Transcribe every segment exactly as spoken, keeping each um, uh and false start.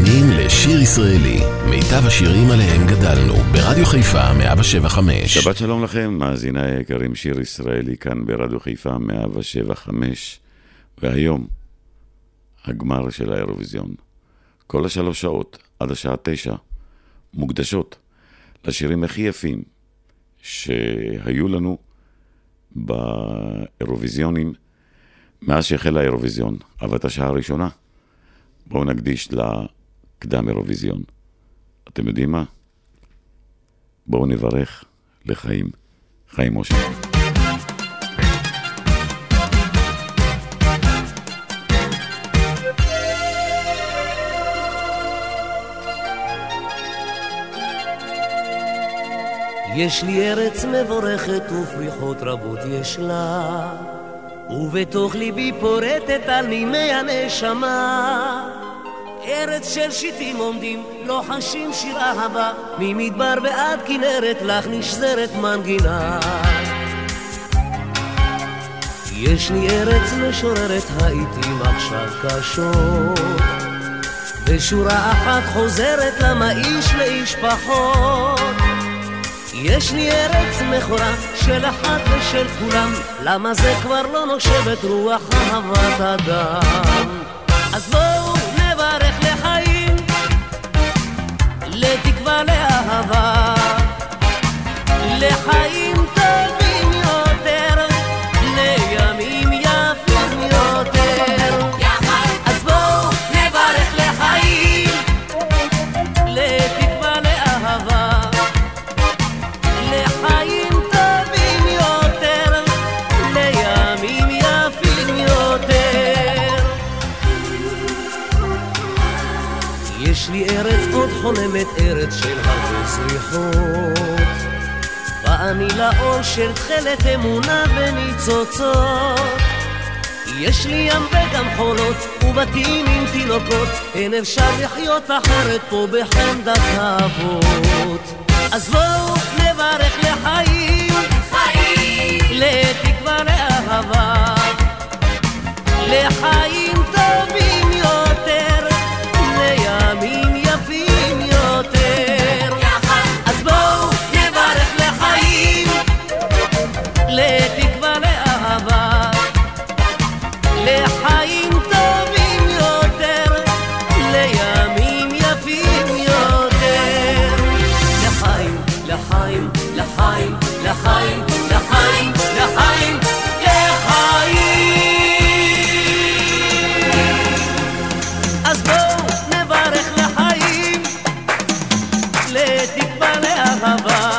מאזינים לשיר ישראלי, מיטב השירים עליהם גדלנו, ברדיו חיפה מאה שבע חמש. שבת שלום לכם, מאזיני היקרים, שיר ישראלי כאן ברדיו חיפה מאה שבע חמש, והיום הגמר של האירוויזיון. כל השלוש שעות עד השעה תשע מוקדשות לשירים הכי יפים שהיו לנו באירוויזיונים מאז שהחל האירוויזיון, אבל את השעה הראשונה בואו נקדיש לקדם אירוויזיון. אתם יודעים מה? בואו נברך לחיים, חיים משה. יש לי ארץ מבורכת ופריחות רבות יש לה, ובתוך ליבי פורטת על נימי הנשמה. ארץ של שיטים עומדים, לא חשים שיר אהבה, ממדבר ועד כנרת לך נשזרת מנגינה. יש לי ארץ משוררת העיתים עכשיו קשות, בשורה אחת חוזרת למה איש לאיש פחות. יש לי ארץ מכורה של אחת ושל כולם, למה זה כבר לא נושבת רוח אהבת אדם. אז בואו נברך לחיים, לתקווה לאהבה, לחיים טובים יותר, לימים יפים יותר. אז בואו נברך לחיים, לתקווה לאהבה, לחיים טובים יותר, לימים יפים יותר. יש לי ארץ עוד חולמת, ארץ של הרבה זריחות, ואני לאור של תחלת אמונה וניצוצות. יש לי ים וגם חולות ובתים עם תינוקות, אין אפשר לחיות אחרת פה בחמדת האבות. אז בואו נברך לחיים, חיים, לתקווה לאהבה, לחיים טובים יותר, לימים יפים יותר. אז בואו נברך לחיים, לתקווה לאהבה, לחיים טובים יותר, לימים יפים יותר. לחיים, לחיים, לחיים, לחיים, לחיים, לחיים, לחיים. אז בואו נברך לחיים, לתקווה לאהבה,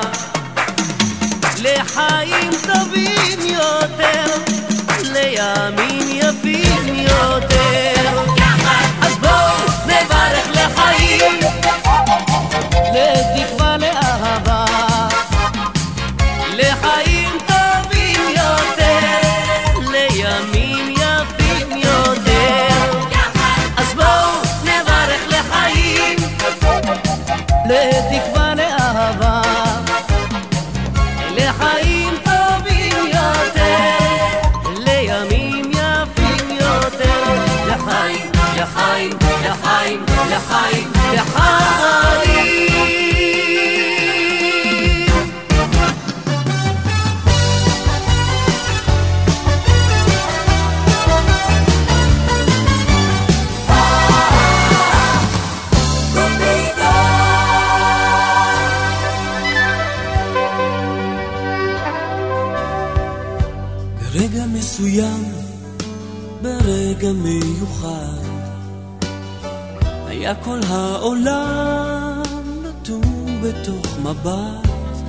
לחיים טובים יותר, לימים יפים יותר. אז בואו נברך לחיים, לתקווה לאהבה, לחיים טובים יותר, לימים יפים יותר. אז בואו נברך לחיים, לתקווה לאהבה, לחיים טובים יותר, לימים יפים יותר. לחיים, לחיים, לחיים, לחיים, לחיים. ברגע מסוים, ברגע מיוחד, היה כל העולם נתון בתוך מבט.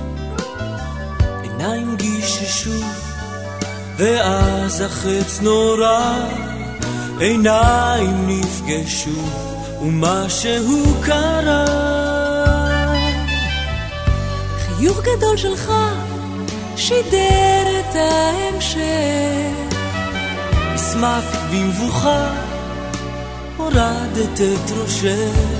עיניים גיששו ואז החץ נורא, עיניים נפגשו ומשהו קרה. חיוך גדול שלך שידר את ההמשך, הסמקת במבוכה, הורדת את ראשך.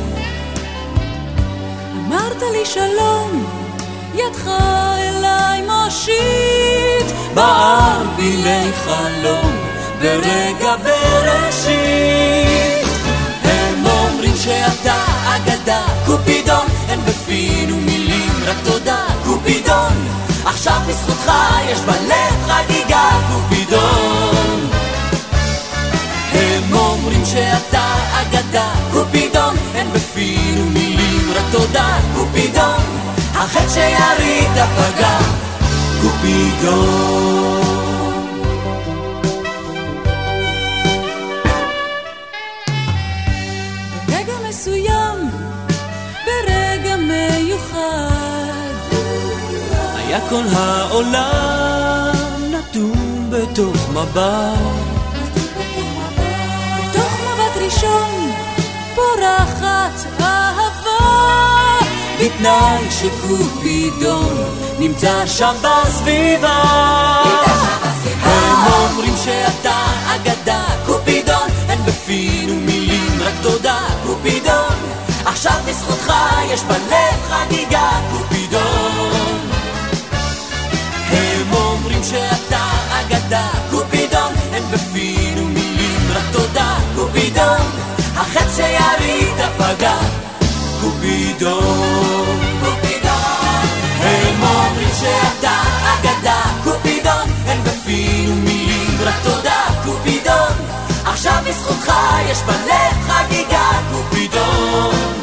אמרת לי שלום, ידך אליי מושיט, בער בילי חלום ברגע בראשית. הם אומרים שאתה עכשיו בזכותך יש בלב חגיגה קופידון. הם אומרים שאתה אגדה קופידון, אין בפינו מילים רק תודה קופידון, החטא שירית פגע קופידון. ברגע מסוים, ברגע מיוחד, היה כל העולם נתון בתוך מבט, בתוך מבט ראשון פורחת אהבה, בתנאי שקופידון נמצא שם בסביבה. הם אומרים שאתה אגדה קופידון, אין בפינו מילים רק תודה קופידון, עכשיו בזכותך יש בלב חגיגה קופידון. הם אומרים שאתה אגדה קופידון, אין בפינו מילים רק תודה קופידון, החטא שירית פגע קופידון. קופידון. הם אומרים שאתה אגדה קופידון, אין בפינו מילים רק תודה קופידון, עכשיו בזכותך יש בלב חגיגה קופידון.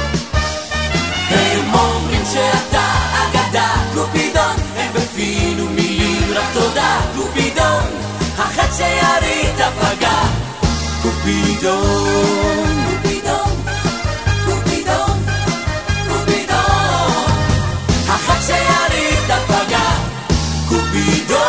הם אומרים שאתה אגדה קופידון, אין בפינו מילים רק תודה קופידון, החטא שירית פגע קופידון. קופידון, קופידון, קופידון, החטא שירית פגע קופידון.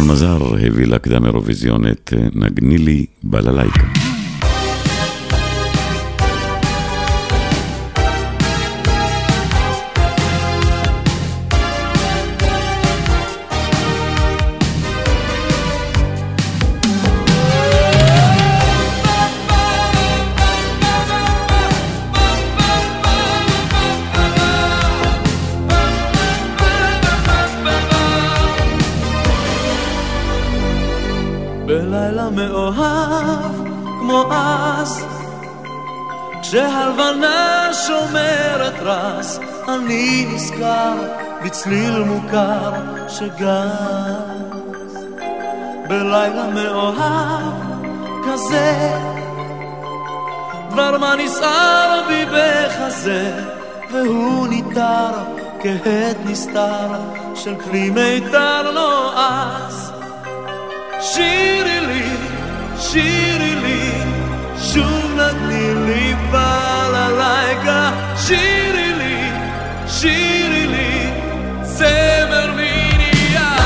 מזר הביא לקדם אירוויזיון את נגני לי בללייקה. בלילה מאוהב כמו אז, כשהלבנה שומרת רס, אני נזכר בצליל מוכר שגז. בלילה מאוהב כזה, דבר מה נסער בי בחזה, והוא ניתר כהת נסתר של כלי מיתר נועז. שירי לי, שירי לי, שוב נתני לי בללייקה. שירי לי, שירי לי, זמר מיניה.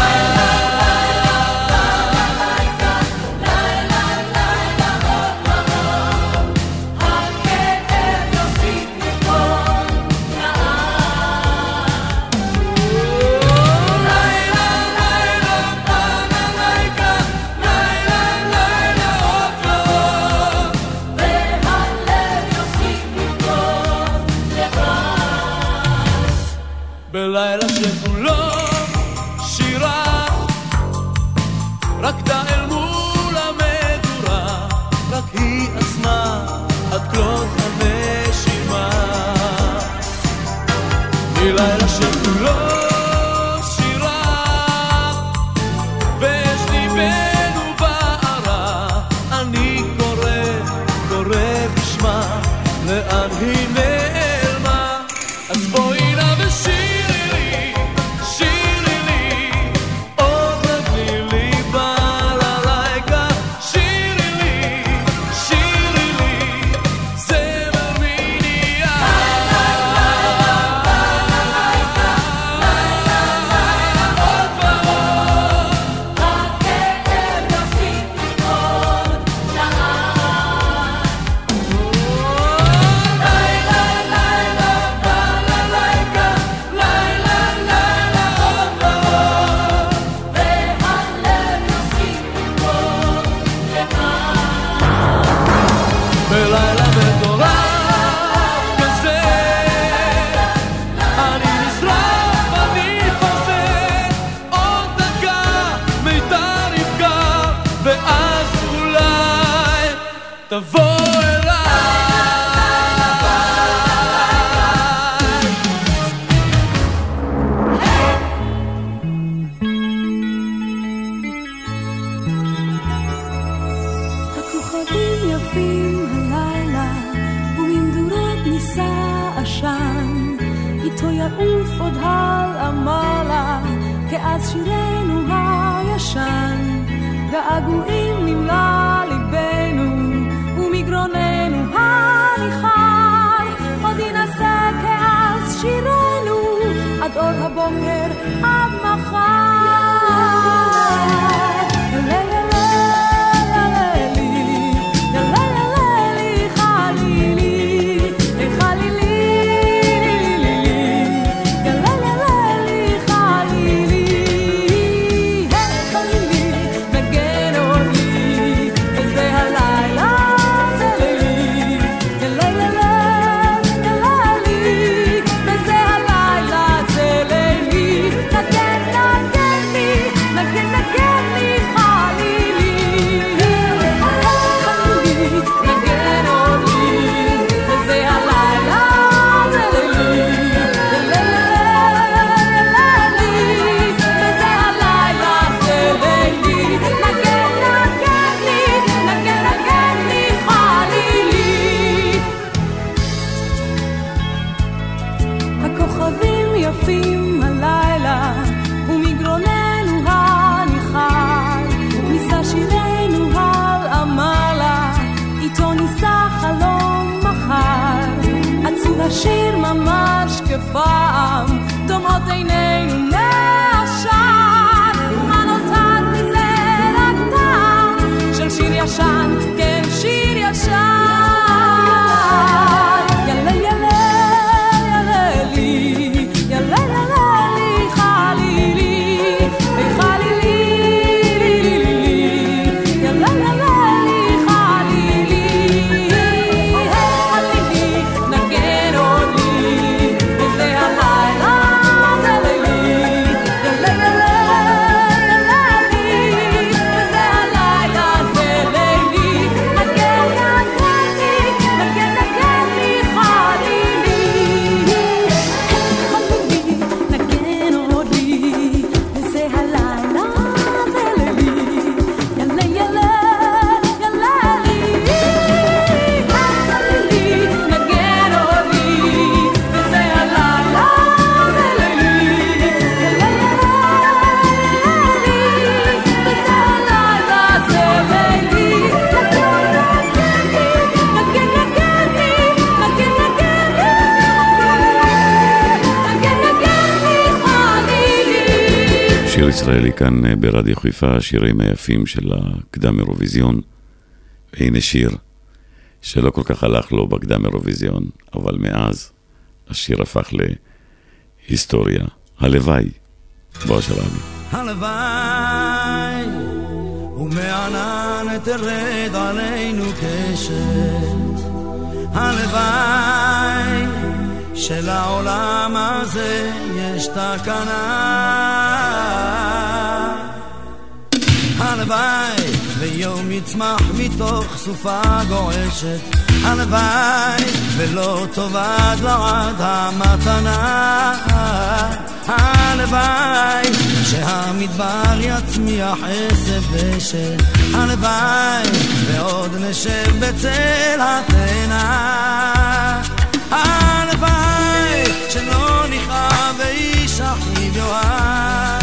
הכאב יוסיף לכל בלילה שכולו שירה, רקדה אל מול המדורה, רק היא עצמה עד כלות הנשימה. בלילה שכולו שירה, ויש ליבנו בערה, אני קורא, קורא בשמה, לאן היא נעלמה. אז בואי נא ושיר אז שירנו הישן, געגועים נמלא ליבנו, ומגרוננו הניחר, עוד ינסה כאז שירנו, עד אור הבוקר, עד מחר. השיר ממש כפעם, דומות עינינו נעשר, ומה נותר מזה שיר ישראלי כאן ברדיו חיפה, השירים היפים של הקדם אירוויזיון. והנה שיר שלא כל כך הלך לו בקדם אירוויזיון, אבל מאז השיר הפך להיסטוריה. הלוואי, בועז רבי. הלוואי ומענן תרד עלינו קשת, הלוואי שלעולם הזה יש תקנה, הלוואי ויום יצמח מתוך סופה גועשת, הלוואי ולא תאבד לעד המתנה, הלוואי שהמדבר יצמיח עשב דשא, הלוואי ועוד נשב בצל התאנה, הלוואי שלא נכאב ואיש אחיו יאהב,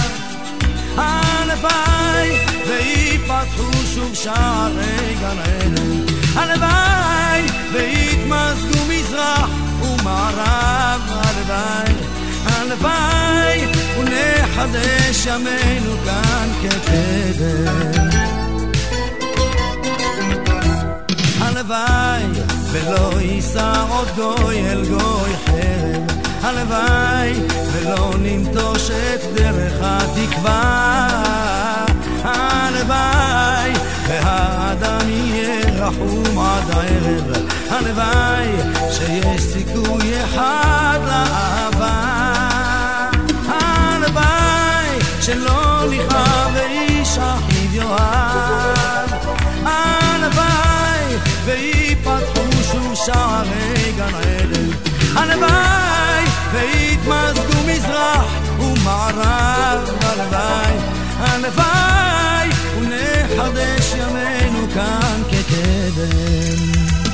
הלוואי ויפתחו שוב שערי גן עדן, הלוואי ויתמזגו מזרח ומערב, הלוואי הלוואי ונחדש ימינו כאן כקדם, הלוואי ולא יישא עוד גוי אל גוי חרב, הלוואי ולא ננטוש את דרך התקווה, הלוואי והאדם יהיה רחום עד הערב, הלוואי שיש סיכוי אחד לאהבה, הלוואי שלא נכאב ואיש אחיו יאהב, הלוואי ויפתחו שוב שערי גן עדן, הלוואי ויתמזגו מזרח ומערב, הלוואי הלוואי ונחדש ימינו כאן כקדם.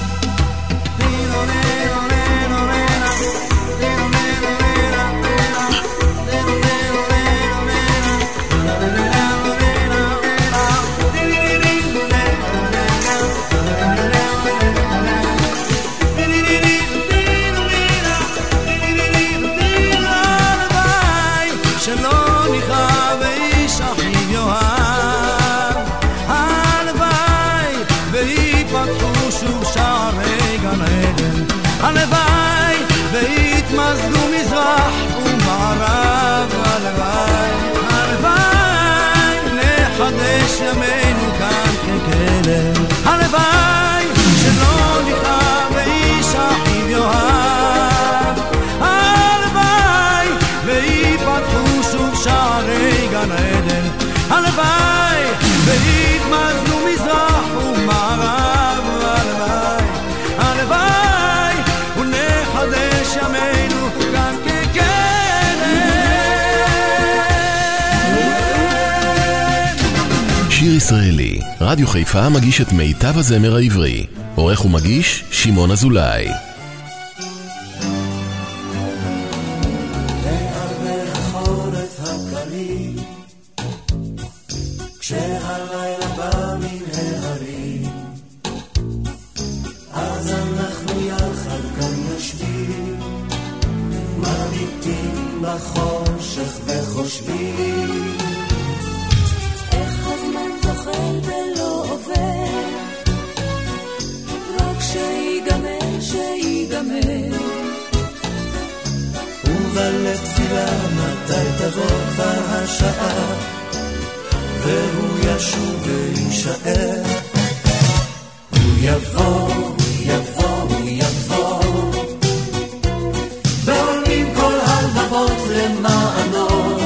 הלוואי ויתמזגו מזרח ומערב, הלוואי הלוואי נחדש ימינו כאן כקדם, הלוואי שלא נכאב ואיש אחיו יאהב, הלוואי ויפתחו שוב שערי גן עדן, הלוואי ויתמזגו מזרח ומערב, הלוואי הלוואי ונחדש ימינו כאן כקדם. שיר ישראלי, רדיו חיפה מגיש את מיטב הזמר העברי. עורך ומגיש שמעון אזולאי. כשהלילה בא מן ההרים, אז אנחנו יחד כאן יושבים, מביטים בחושך וחושבים איך הזמן זוחל ולא עובר, רק שיגמר, שיגמר, ובלב תפילה מתי תבוא כבר השעה, והוא ישוב וישאר, הוא יבוא, הוא יבוא, הוא יבוא, ועולים כל הלבבות למענו,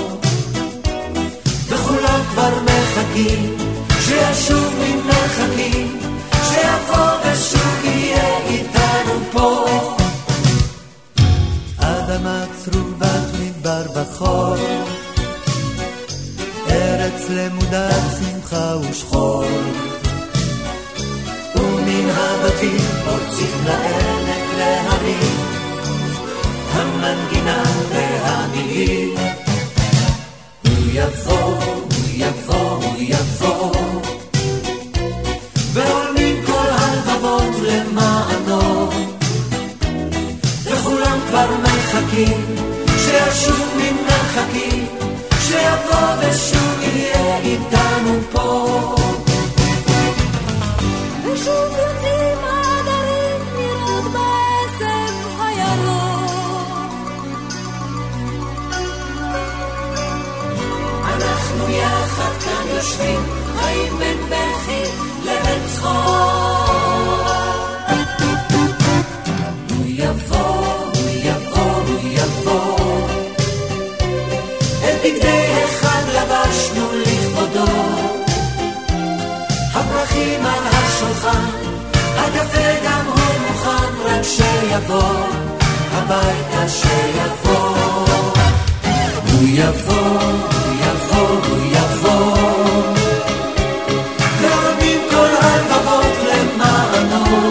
וכולם כבר מחכים שישוב מן מרחקים, שיבוא ושוב יהיה איתנו פה. אדמה צרובת מדבר וחור, ארץ למודת שמחה ושחור, ומן הבתים פורצים לעמק להרים, המנגינה והמילים, הוא יבוא, הוא יבוא, הוא יבוא, ועולים כל הלבבות למענו, וכולם כבר מחכים שישוב מן מרחקים, שיבוא ושוב יחד כאן יושבים, חיים בין בכי לבין צחוק. הוא יבוא, הוא יבוא, הוא יבוא, את בגדי אחד לבשנו לכבודו, הפרחים על השולחן, הקפה גם הוא מוכן, רק שיבוא הביתה, שיבוא. הוא יבוא, הוא יבוא, הוא יבוא, ועמים כל הלבבות למענו,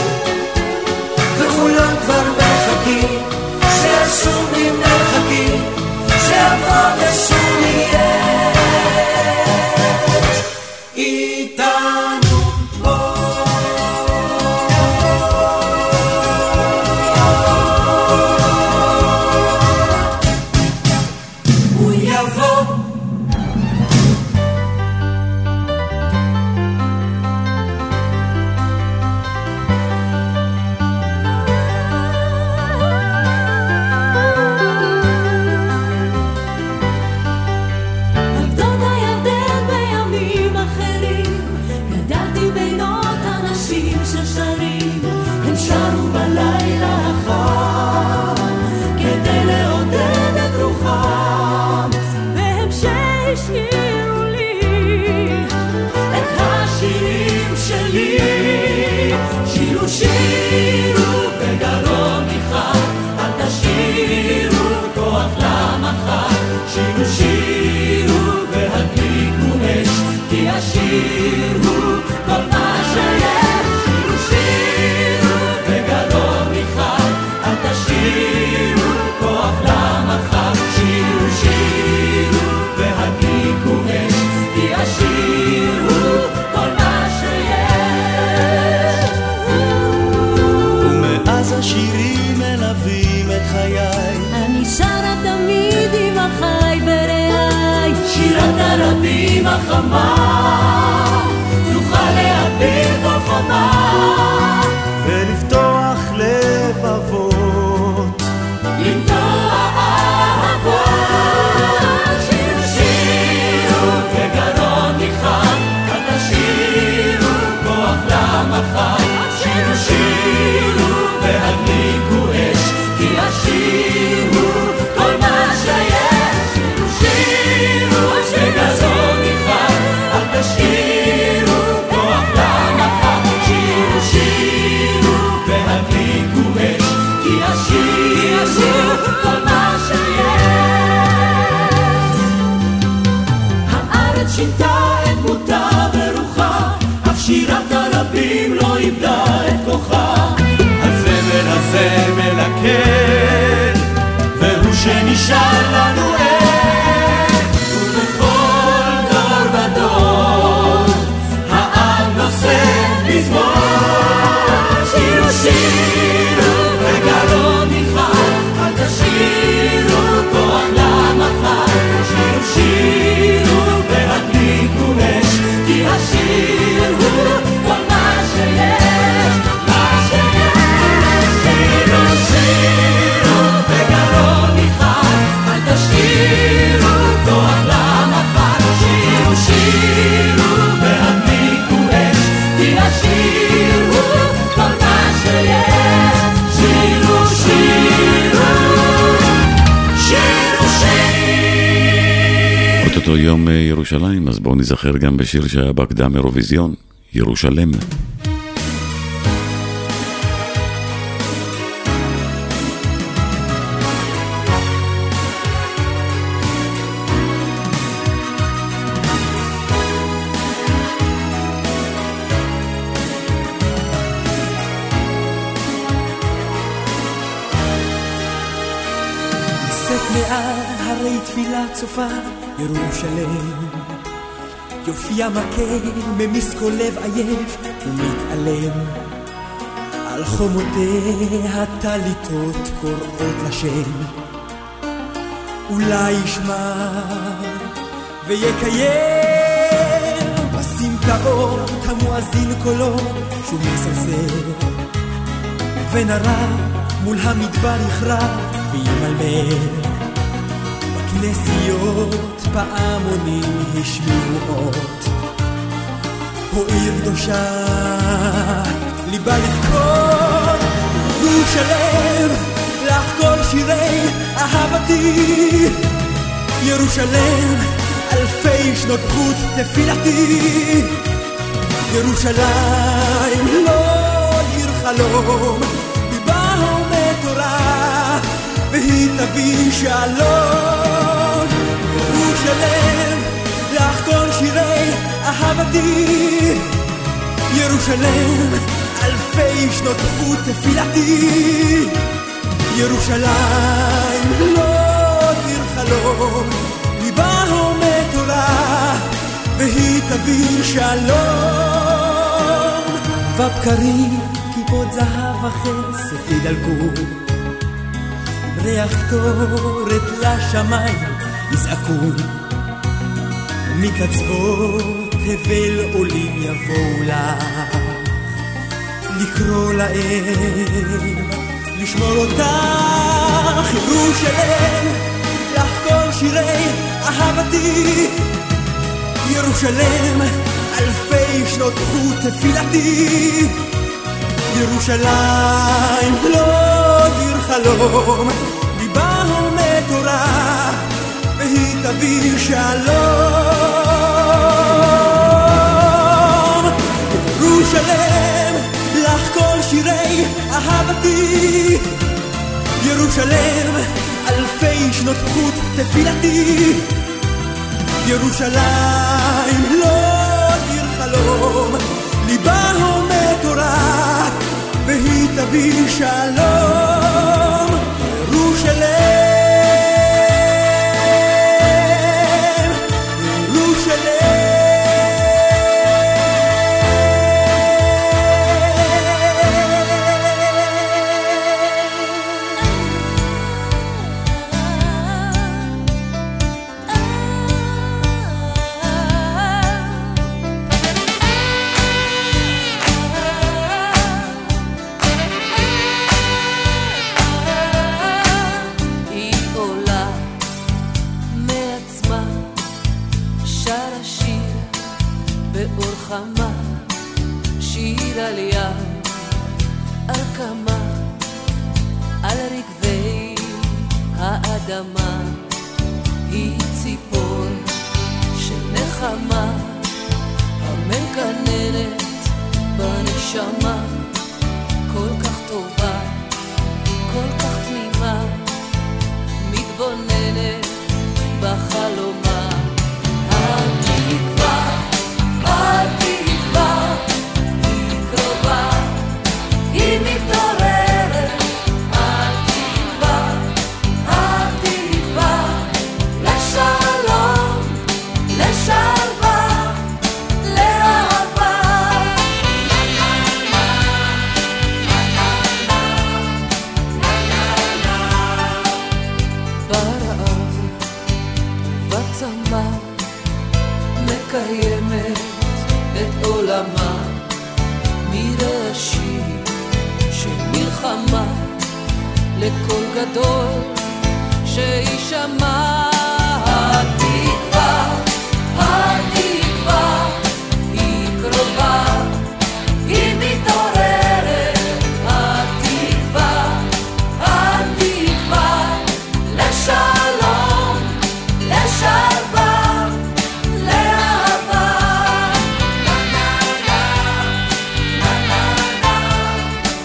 וכולם כבר מחכים, שהשומים מחכים, שיבוא ושום יהיה איתנו פה. שירו בגרון אחד, אל תשאירו כוח למחר. שירו שירו והדליקו אש, כי השיר הוא כל מה שיש. שירו שירו בגרון אחד, אל תשאירו כוח למחר. שירו שירו והדליקו אש, כי השיר הוא כל מה שיש. השירים מלווים את חיי, אני שרה תמיד עם החי ורעי, שירת הרבים החמה, תוכל להביל כל חומה, ולפתוח לבבות, למתוח אהבות. שירו שירו בגרון אחד, אל תשאירו כוח למחר. שירו שירו והדליקו אש, כי השיר הוא כל מה שיש. שירו שירו בגרון אחד, אל תשאירו כוח למחר. שירו שירו והדליקו אש, כי השיר הוא כל מה שיש. הארץ שינתה את דמותה ורוחה, אף שירת הרבים לא איבדה את כוחה. הזמר הזה מלכד, והוא שנשאר לנו עד, ובכל דור ודור העם נושא מזמור. שירו שירו בגרון אחד, אל תשאירו כוח למחר. שירו שירו והדליקו אש, כי השיר הוא כל מה שיש, מה שיש. שירו שירו בגרון אחד, אל תשאירו כוח למחר. שירו שירו והדליקו אש, כי השיר הוא כל מה שיש. שירו שירו שירו שיר. אותו יום ירושלים, אז בואו נזכר גם בשיר שהיה בקדם אירוויזיון, ירושלם. מעל הרי תפילה צופה ירושלם, יופיע מכה ממיסקו לב עייף ומתעלם, על חומותיה טליתות קוראות לשם, אולי ישמע ויקיים בסמטאות המואזין קולו שוב מסלסל, ונראה מול המדבר יכרע וימלמל, כנסיות פעמונים השמיעו אות, פה עיר קדושה ליבה לבכות, ירושלם לך כל שירי אהבתי, ירושלם אלפי שנות חוט תפילתי, ירושלים לא עיר חלום, ליבה עומד תורה והיא תביא שלום, ירושלם לך כל שירי אהבתי, ירושלם אלפי שנות חוט תפילתי, ירושלים לא עיר חלום, ליבה עומד תורה והיא תביא שלום, בבקרים כיפות זהב וכסף ידלקו, ריח קטורת לשמיים יזעקו, מקצוות תבל עולים יבואו לך, לקרוא להם, לשמור אותך, ירושלם לך כל שירי אהבתי, ירושלם אלפי שנות חוט תפילתי, ירושלים לא עיר חלום, ליבה עומד תורה והיא תביא שלום, ירושלם לך כל שירי אהבתי, ירושלם אלפי שנות חוט תפילתי, ירושלים לא עיר חלום, ליבה עומד תורה והיא תביא שלום, ירושלם היא ציפור של נחמה המקננת בנשמה, כל כך טובה, כל כך תמימה, מתבוננת בחלומה. התקווה, התקווה, היא קרובה, היא מתעוררת. התקווה, התקווה, לשלום, לשלווה, לאהבה. ברעב ובצמא מקיימת את עולמה, מראשית של מלחמה לקול גדול שישמע. התקווה, התקווה, היא קרובה, היא מתעוררת. התקווה, התקווה, לשלום, לשלווה, לאהבה.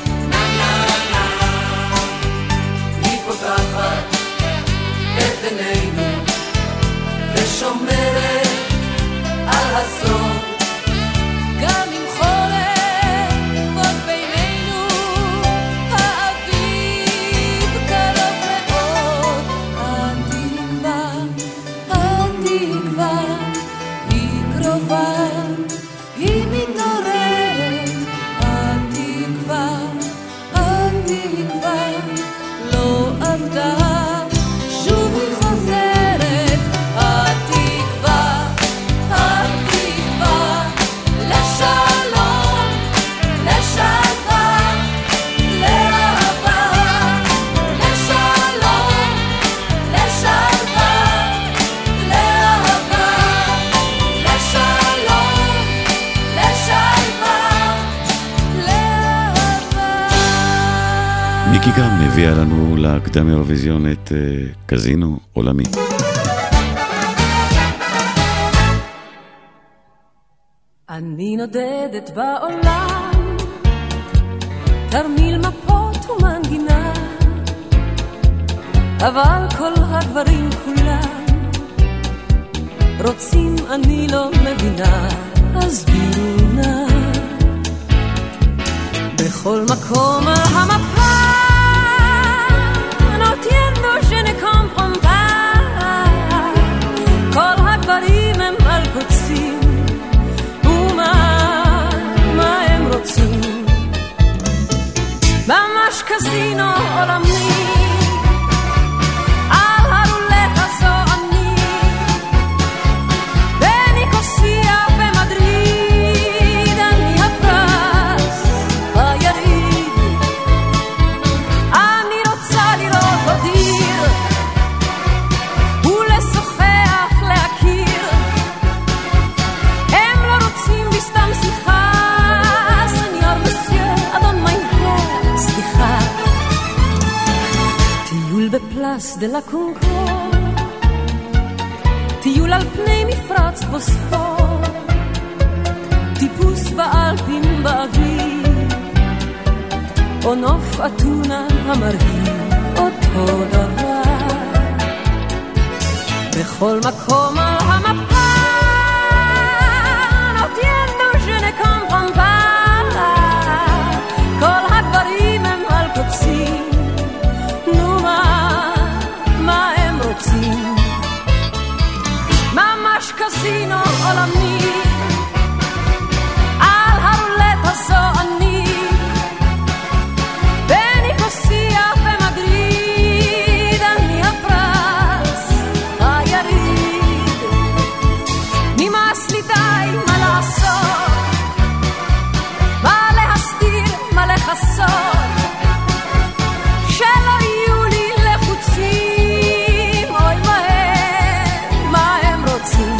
היא פותחת את עיניה שיקה מביאה לנו לקדם אירוויזיון את uh, קזינו עולמי. אני נודדת בעולם, תרמיל מפות ומנגינה, אבל כל הגברים כולם רוצים, אני לא מבינה, הסבירו נא. בכל מקום על המפה no entiendo, je ne comprends pas, כל הגברים הם מלכוצים, ומה, מה הם רוצים? ממש קזינו עולמי, על הרולט הזו אני, בניקוסיה במדריד, אני הפרס ביריד, אני רוצה לראות אדיר, ולשוחח להכיר, הם לא רוצים בסתם שיחה, סניור מסייר, אדון מיינהר, סליחה. טיול בפלאס דה לה קונקור, טיול על פני מפרץ בוספור, טיפוס באלפים באוויר, או נוף אתונה המרהיב, אותו דבר. בכל מקום על המפה no entiendo, je ne comprends pas, כל הגברים הם מלכוצים, נו מה, מה הם רוצים? ממש קזינו עולמי, על הרולט הזו אני, בניקוסיה במדריד, אני הפרס היריד. נמאס לי די, מה לעשות? מה להסתיר, מה לחסות? שלא יהיו לי לחוצים, אוי מה הם, מה הם רוצים?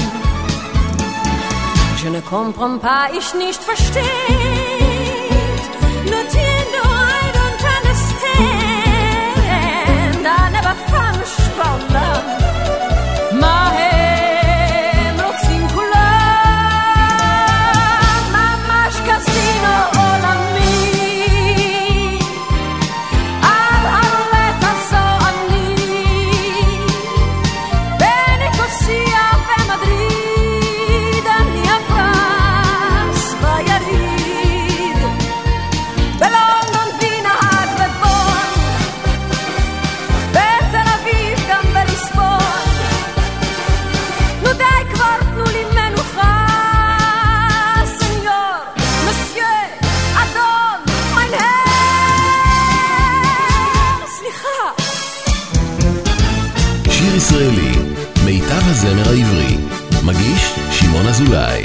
Je ne comprends pas, ich nicht versteht, no entiendo, I don't understand, I never verstanden, מה הם רוצים כולם, ממש קזינו עולמי, על הרולט הזו אני, בניקוסיה במדריד, אני הפרס ביריד, בלונדון וינה עד לבון, בתל אביב גם בליסבון, נו די כבר, תנו לי מנוחה, סניור, מסייר, אדון, מיינהר, סליחה. שיר ישראלי, מיטב הזמר העברי, מגיש שמעון אזולאי.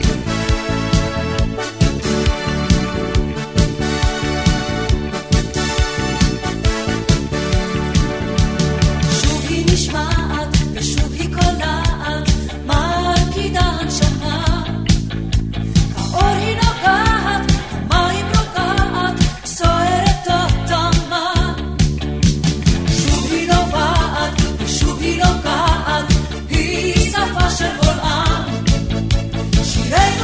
שוב היא נשמעת ושוב היא קולעת, מרקידה הנשמה, כאור היא נוגעת, כמים רוקעת, סוערת אותמה. שוב היא נובעת ושוב היא נוגעת, היא שפה של כל עם, שירנו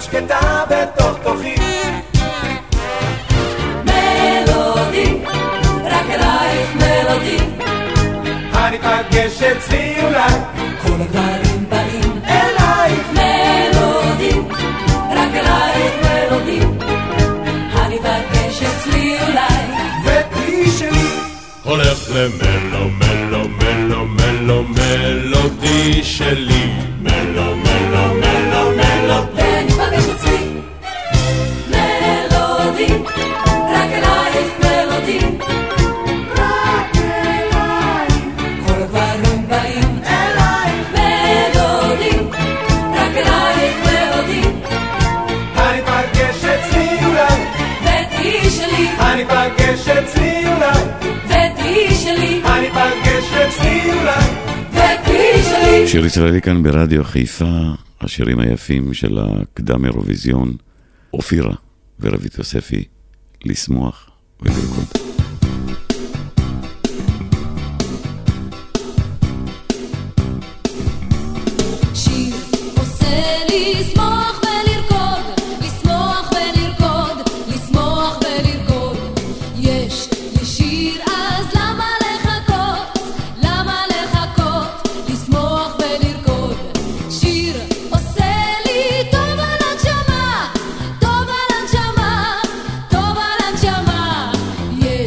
את שקטה בתוך תוכי. מלודי, רק אלייך מלודי. אני פגש אצלי אולי, כל הדברים באים אלייך. מלודי, רק אלייך מלודי. אני פגש אצלי אולי, ותהי שלי. הולך למלו מלו מלו מלו מלודי שלי, מלו מלו מלו מלו. ואני פגש אצלי מלודי, רק אלייך מלודי. רק אלייך. כל הדברים באים אלייך. מלודי, רק אלייך מלודי. אני פגש אצלי אולי, ותהי שלי, אני פגש אצלי אולי, ותהי שלי, אני פגש אצלי אולי, ותהי שלי. שיר ישראלי כאן ברדיו חיפה, השירים היפים של הקדם אירוויזיון, אופירה ורבית יוספי, לשמוח ולרקוד. שיר עושה לשמוח ולרקוד, לשמוח ולרקוד, לשמוח ולרקוד. יש לי שיר אז למה לחכות, למה לחכות, לשמוח ולרקוד. שיר עושה לי טוב על הנשמה, טוב על הנשמה, טוב על הנשמה.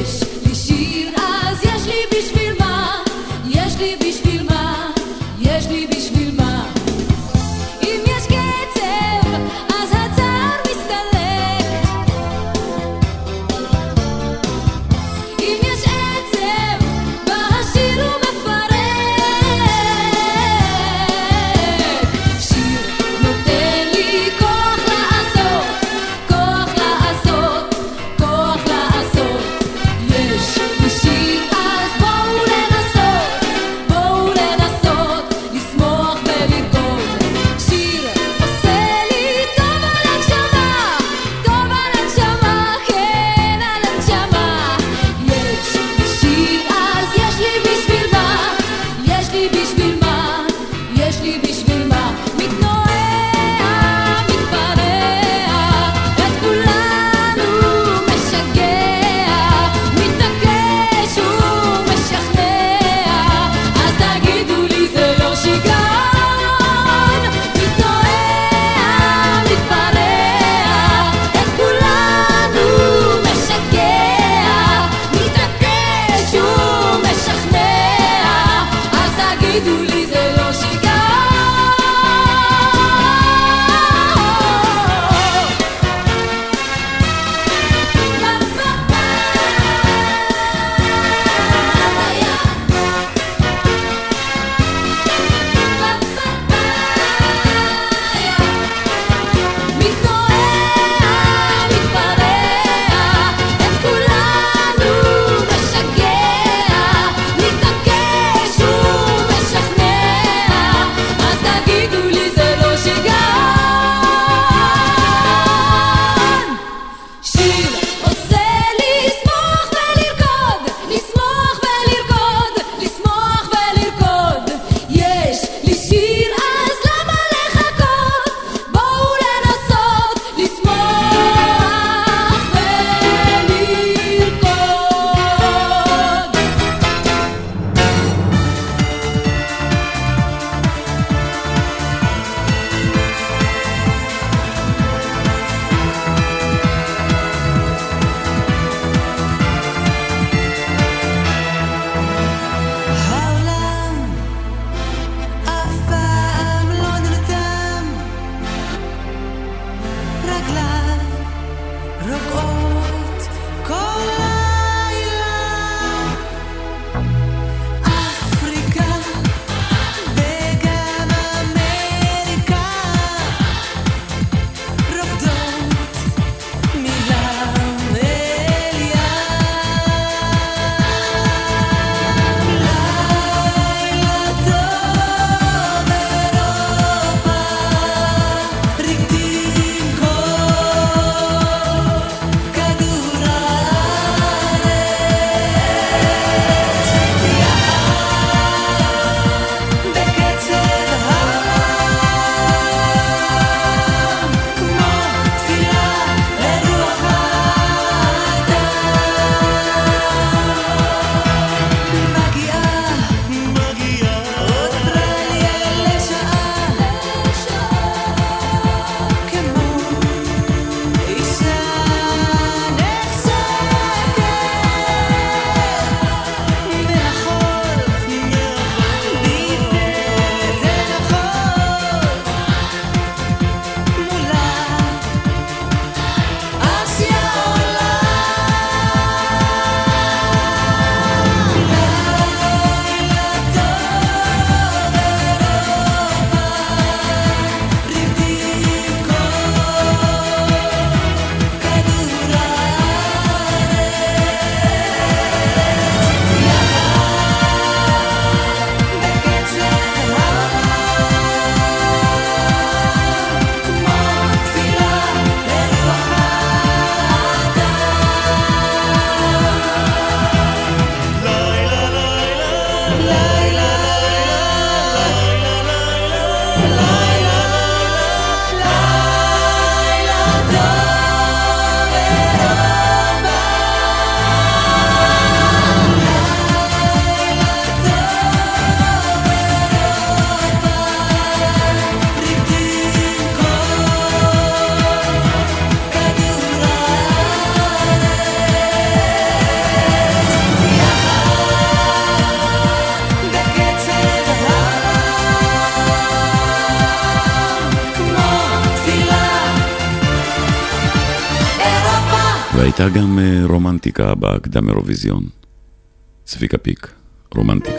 הייתה גם רומנטיקה בקדם אירוויזיון. צביקה פיק, רומנטיקה.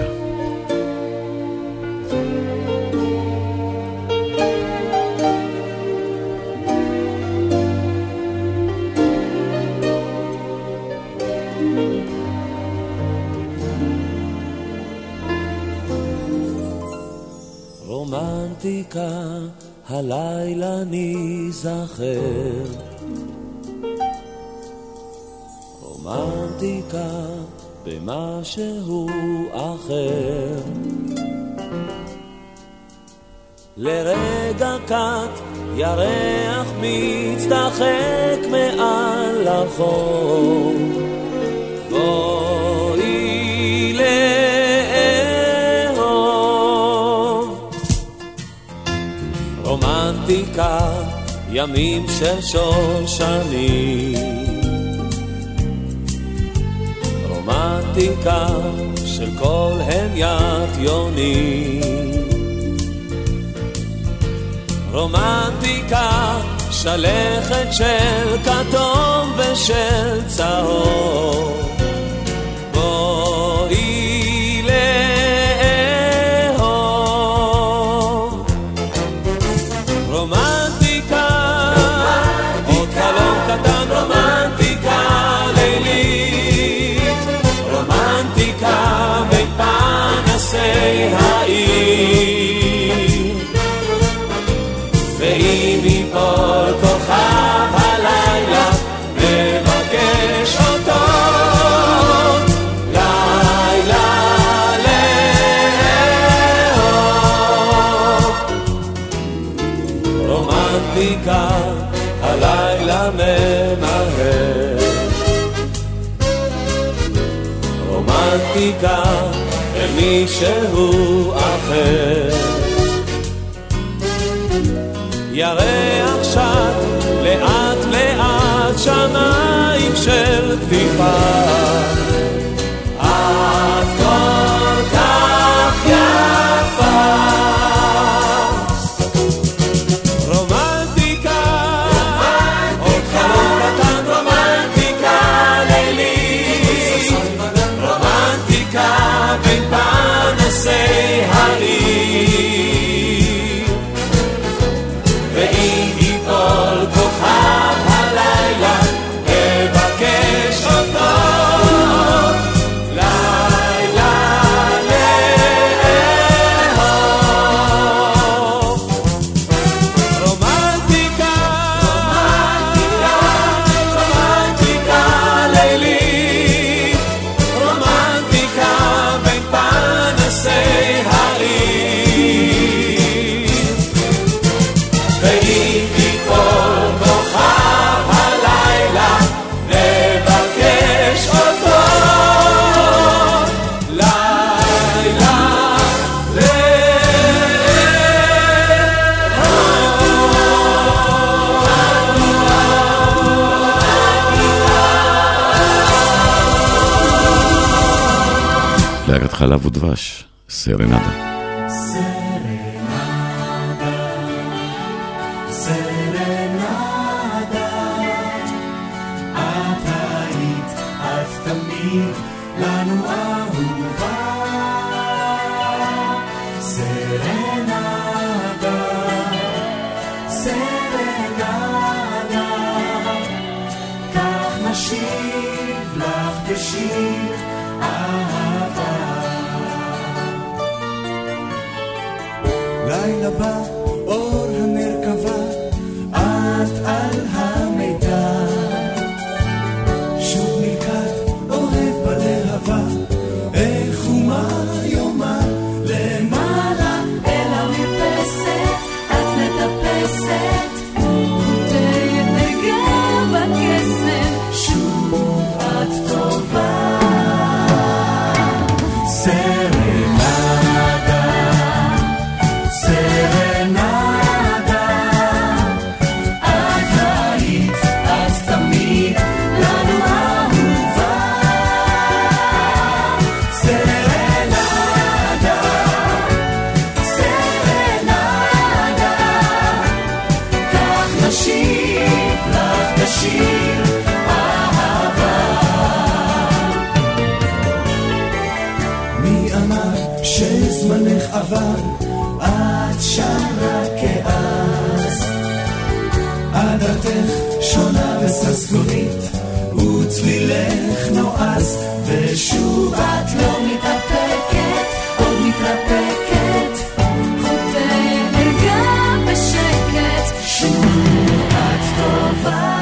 רומנטיקה הלילה נזכר, רומנטיקה במשהו אחר, לרגע קט ירח מצטחק מעל החור, בואי לאהוב. רומנטיקה ימים של שושנים, רומנטיקה של כל המיית יונים, רומנטיקה שלכת של כתום ושל צהוב, בואי לאהוב. רומנטיקה, עוד חלום קטן, רומנטיקה לילית, רומנטיקה בין פנסי העיר, ואם יפול כוכב הלילה מבקש אותו לילה לאהוב. רומנטיקה הלילה ממהר, רומנטיקה אל מישהו אחר, ירח שט לאט לאט שמיים של כתיפה, את כל כך יפה. רומנטיקה, עוד חלום קטן, רומנטיקה לילית, רומנטיקה בין פנסי העיר, ואם יפול כוכב הלילה אבקש אותו לילה לאהוב. רומנטיקה, רומנטיקה לילית, רומנטיקה בין פנסי העיר, ואם יפול כוכב הלילה נבקש אותו לילה לאהוב. להקת חלב ודבש, סרנדה. לנו אהובה סרנדה, סרנדה, כך נשיב לך בשיר אהבה. לילה בא אור המרכבה, את על המידע, שוב נלכד אוהב בלהבה, איך ומה יומה למעלה אל המרפסת את מטפסת, חוטאת נגר בקסם, שוב את טובה. סרנדה, סרנדה, את היית, את תמיד לנו אהובה. סרנדה, סרנדה, כך נשיב לך בשיר אהבה. זמנך עבר, את שרה כאז. עדתך שונה וססגונית, וצלילך נועז, ושוב את לא מתאפקת, עוד מתרפקת. חוטא נרגע בשקט, שוב את טובה.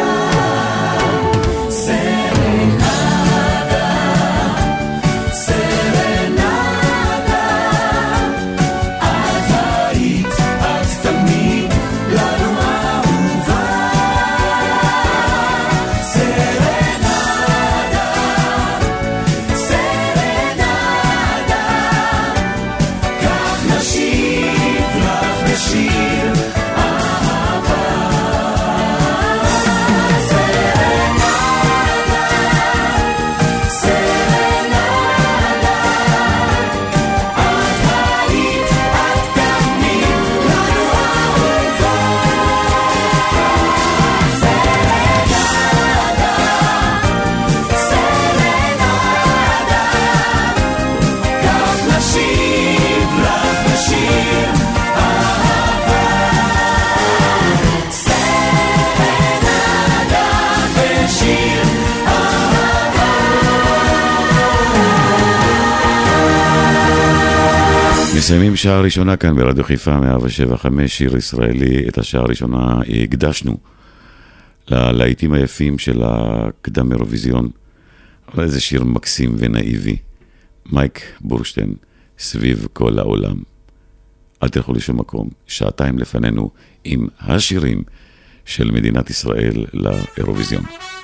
מסיימים שעה ראשונה כאן ברדיו חיפה מאה שבע חמש, שיר ישראלי. את השעה הראשונה הקדשנו ללהיטים היפים של הקדם אירוויזיון, אבל איזה שיר מקסים ונאיבי, מייק בורשטיין, סביב כל העולם. אל תלכו לשום מקום, שעתיים לפנינו עם השירים של מדינת ישראל לאירוויזיון.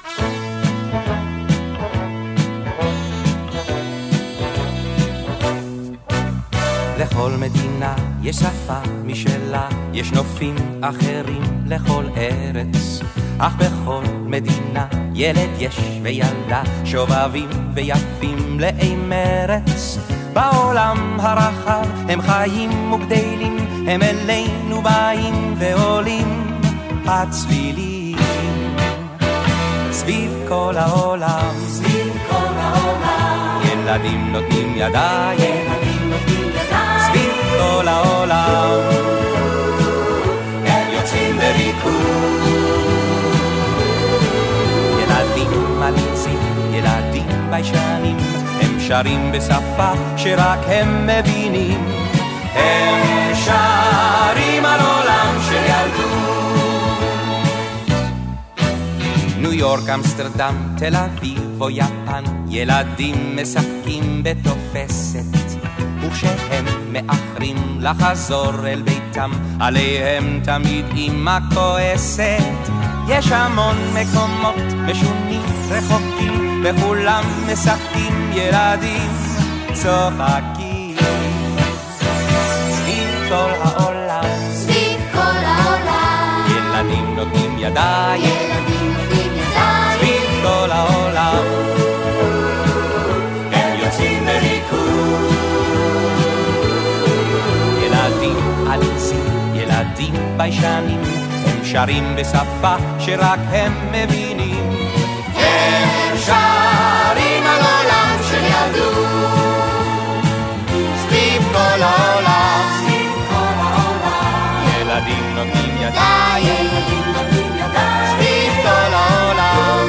לכל מדינה יש שפה משלה, יש נופים אחרים לכל ארץ, אך בכל מדינה ילד יש וילדה, שובבים ויפים לאי מרץ. בעולם הרחב הם חיים וגדלים, הם אלינו באים ועולים הצלילים. סביב כל העולם, סביב כל העולם, ילדים נותנים ידיים, ילדים נותנים סביב כל העולם הם יוצאים בריקוד. ילדים מליצים, ילדים ביישנים, הם שרים בשפה שרק הם מבינים. הם שרים על עולם של ילדות. ניו יורק, אמסטרדם, תל אביב או יפן, ילדים משחקים בתופסת, וכשהם מאחרים לחזור אל ביתם, עליהם תמיד אמא כועסת. יש המון מקומות משונים רחוקים, וכולם משחקים, ילדים צוחקים. סביב כל העולם, סביב כל העולם, ילדים נותנים ידיים, ילדים נותנים ידיים, סביב כל העולם הם יוצאים בריקוד. עליזים, ילדים ביישנים, הם שרים בשפה שרק הם מבינים. הם שרים על עולם של ילדות. סביב כל העולם, סביב כל העולם, ילדים נותנים ידיים, ילדים נותנים ידיים, סביב כל העולם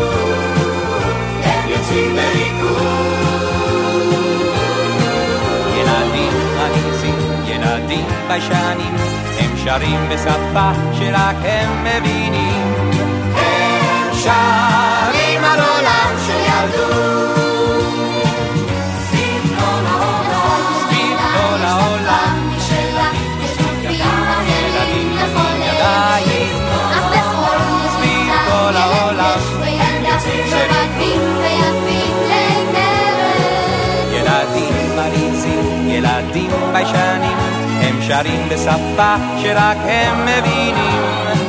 הם יוצאים בריקוד. ילדים עליזים, ילדים ביישנים, הם שרים בשפה שרק הם מבינים. הם שרים על עולם של ילדות. סביב כל העולם, סביב כל העולם, משלה יש נופים אחרים לכל ידיים, אך בכל סביב כל העולם וילדה שובבים ויפים למרד. ילדים עליזים, ילדים ביישנים, הם שרים בשפה שרק הם מבינים.